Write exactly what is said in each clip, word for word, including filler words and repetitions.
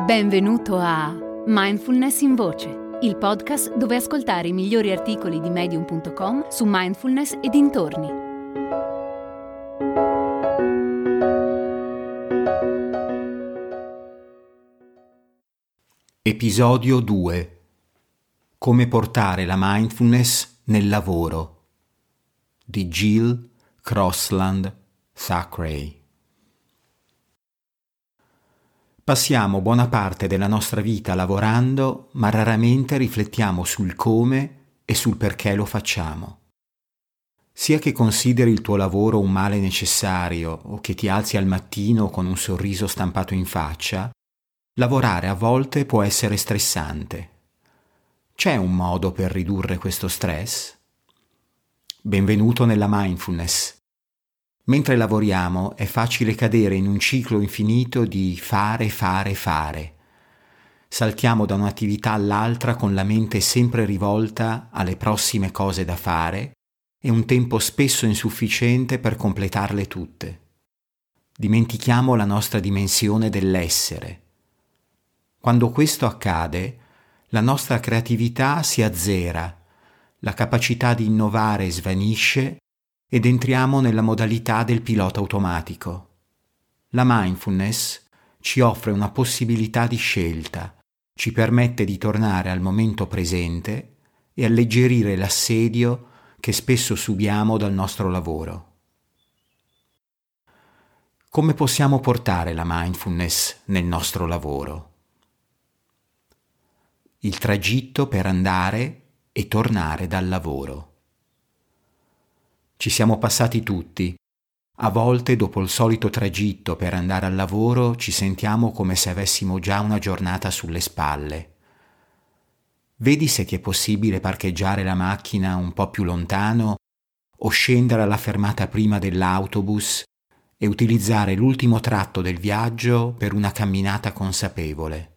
Benvenuto a Mindfulness in Voce, il podcast dove ascoltare i migliori articoli di medium punto com su mindfulness e dintorni. Episodio due. Come portare la mindfulness nel lavoro di Jill Crosland Thackeray. Passiamo buona parte della nostra vita lavorando, ma raramente riflettiamo sul come e sul perché lo facciamo. Sia che consideri il tuo lavoro un male necessario o che ti alzi al mattino con un sorriso stampato in faccia, lavorare a volte può essere stressante. C'è un modo per ridurre questo stress? Benvenuto nella mindfulness. Mentre lavoriamo è facile cadere in un ciclo infinito di fare, fare, fare. Saltiamo da un'attività all'altra con la mente sempre rivolta alle prossime cose da fare e un tempo spesso insufficiente per completarle tutte. Dimentichiamo la nostra dimensione dell'essere. Quando questo accade, la nostra creatività si azzera, la capacità di innovare svanisce ed entriamo nella modalità del pilota automatico. La mindfulness ci offre una possibilità di scelta, ci permette di tornare al momento presente e alleggerire l'assedio che spesso subiamo dal nostro lavoro. Come possiamo portare la mindfulness nel nostro lavoro? Il tragitto per andare e tornare dal lavoro. Ci siamo passati tutti. A volte, dopo il solito tragitto per andare al lavoro, ci sentiamo come se avessimo già una giornata sulle spalle. Vedi se ti è possibile parcheggiare la macchina un po' più lontano o scendere alla fermata prima dell'autobus e utilizzare l'ultimo tratto del viaggio per una camminata consapevole.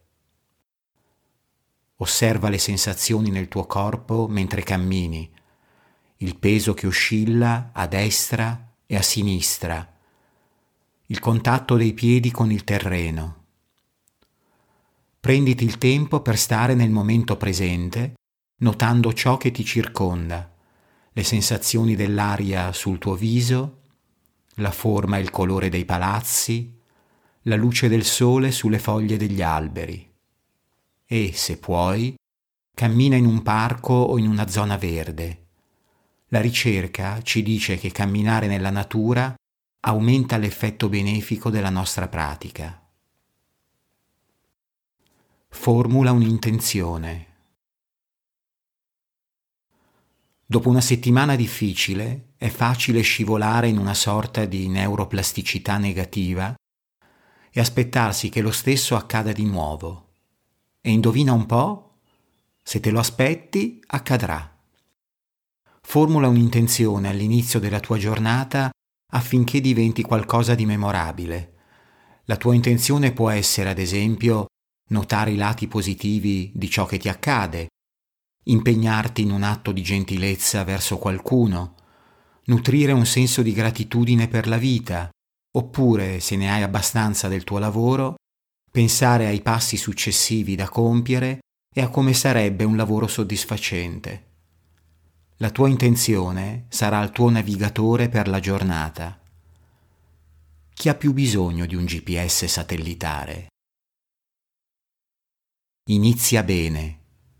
Osserva le sensazioni nel tuo corpo mentre cammini, il peso che oscilla a destra e a sinistra, il contatto dei piedi con il terreno. Prenditi il tempo per stare nel momento presente, notando ciò che ti circonda, le sensazioni dell'aria sul tuo viso, la forma e il colore dei palazzi, la luce del sole sulle foglie degli alberi. E, se puoi, cammina in un parco o in una zona verde. La ricerca ci dice che camminare nella natura aumenta l'effetto benefico della nostra pratica. Formula un'intenzione. Dopo una settimana difficile è facile scivolare in una sorta di neuroplasticità negativa e aspettarsi che lo stesso accada di nuovo. E indovina un po'? Se te lo aspetti, accadrà. Formula un'intenzione all'inizio della tua giornata affinché diventi qualcosa di memorabile. La tua intenzione può essere, ad esempio, notare i lati positivi di ciò che ti accade, impegnarti in un atto di gentilezza verso qualcuno, nutrire un senso di gratitudine per la vita, oppure, se ne hai abbastanza del tuo lavoro, pensare ai passi successivi da compiere e a come sarebbe un lavoro soddisfacente. La tua intenzione sarà il tuo navigatore per la giornata. Chi ha più bisogno di un G P S satellitare? Inizia bene.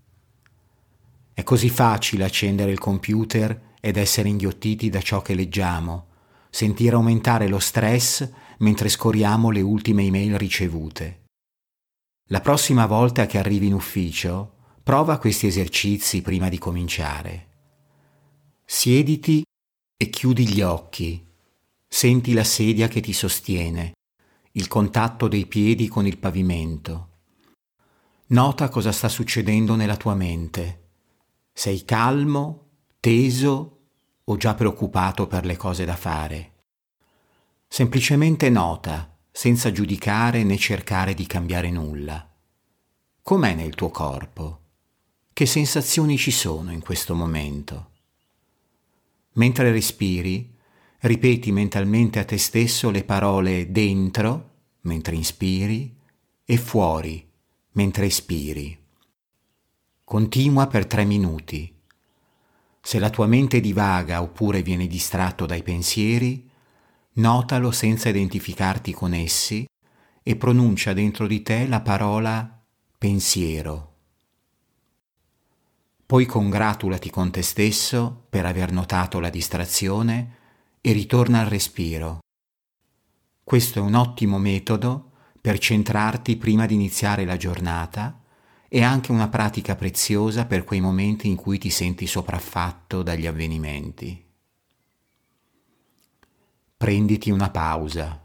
È così facile accendere il computer ed essere inghiottiti da ciò che leggiamo, sentire aumentare lo stress mentre scorriamo le ultime email ricevute. La prossima volta che arrivi in ufficio, prova questi esercizi prima di cominciare. Siediti e chiudi gli occhi. Senti la sedia che ti sostiene, il contatto dei piedi con il pavimento. Nota cosa sta succedendo nella tua mente. Sei calmo, teso o già preoccupato per le cose da fare? Semplicemente nota, senza giudicare né cercare di cambiare nulla. Com'è nel tuo corpo? Che sensazioni ci sono in questo momento? Mentre respiri, ripeti mentalmente a te stesso le parole dentro, mentre inspiri, e fuori, mentre espiri. Continua per tre minuti. Se la tua mente divaga oppure viene distratto dai pensieri, notalo senza identificarti con essi e pronuncia dentro di te la parola pensiero. Poi congratulati con te stesso per aver notato la distrazione e ritorna al respiro. Questo è un ottimo metodo per centrarti prima di iniziare la giornata e anche una pratica preziosa per quei momenti in cui ti senti sopraffatto dagli avvenimenti. Prenditi una pausa.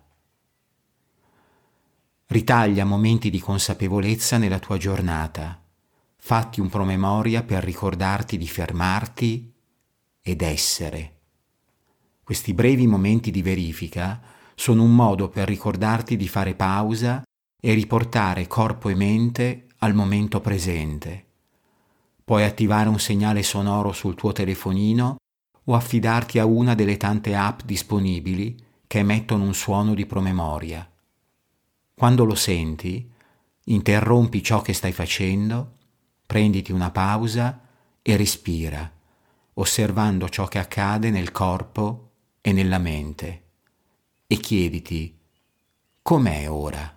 Ritaglia momenti di consapevolezza nella tua giornata. Fatti un promemoria per ricordarti di fermarti ed essere. Questi brevi momenti di verifica sono un modo per ricordarti di fare pausa e riportare corpo e mente al momento presente. Puoi attivare un segnale sonoro sul tuo telefonino o affidarti a una delle tante app disponibili che emettono un suono di promemoria. Quando lo senti, interrompi ciò che stai facendo, prenditi una pausa e respira, osservando ciò che accade nel corpo e nella mente, e chiediti: com'è ora?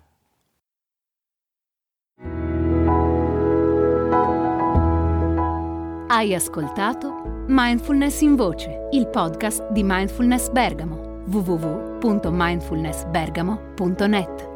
Hai ascoltato Mindfulness in Voce, il podcast di Mindfulness Bergamo, w w w punto mindfulness bergamo punto net.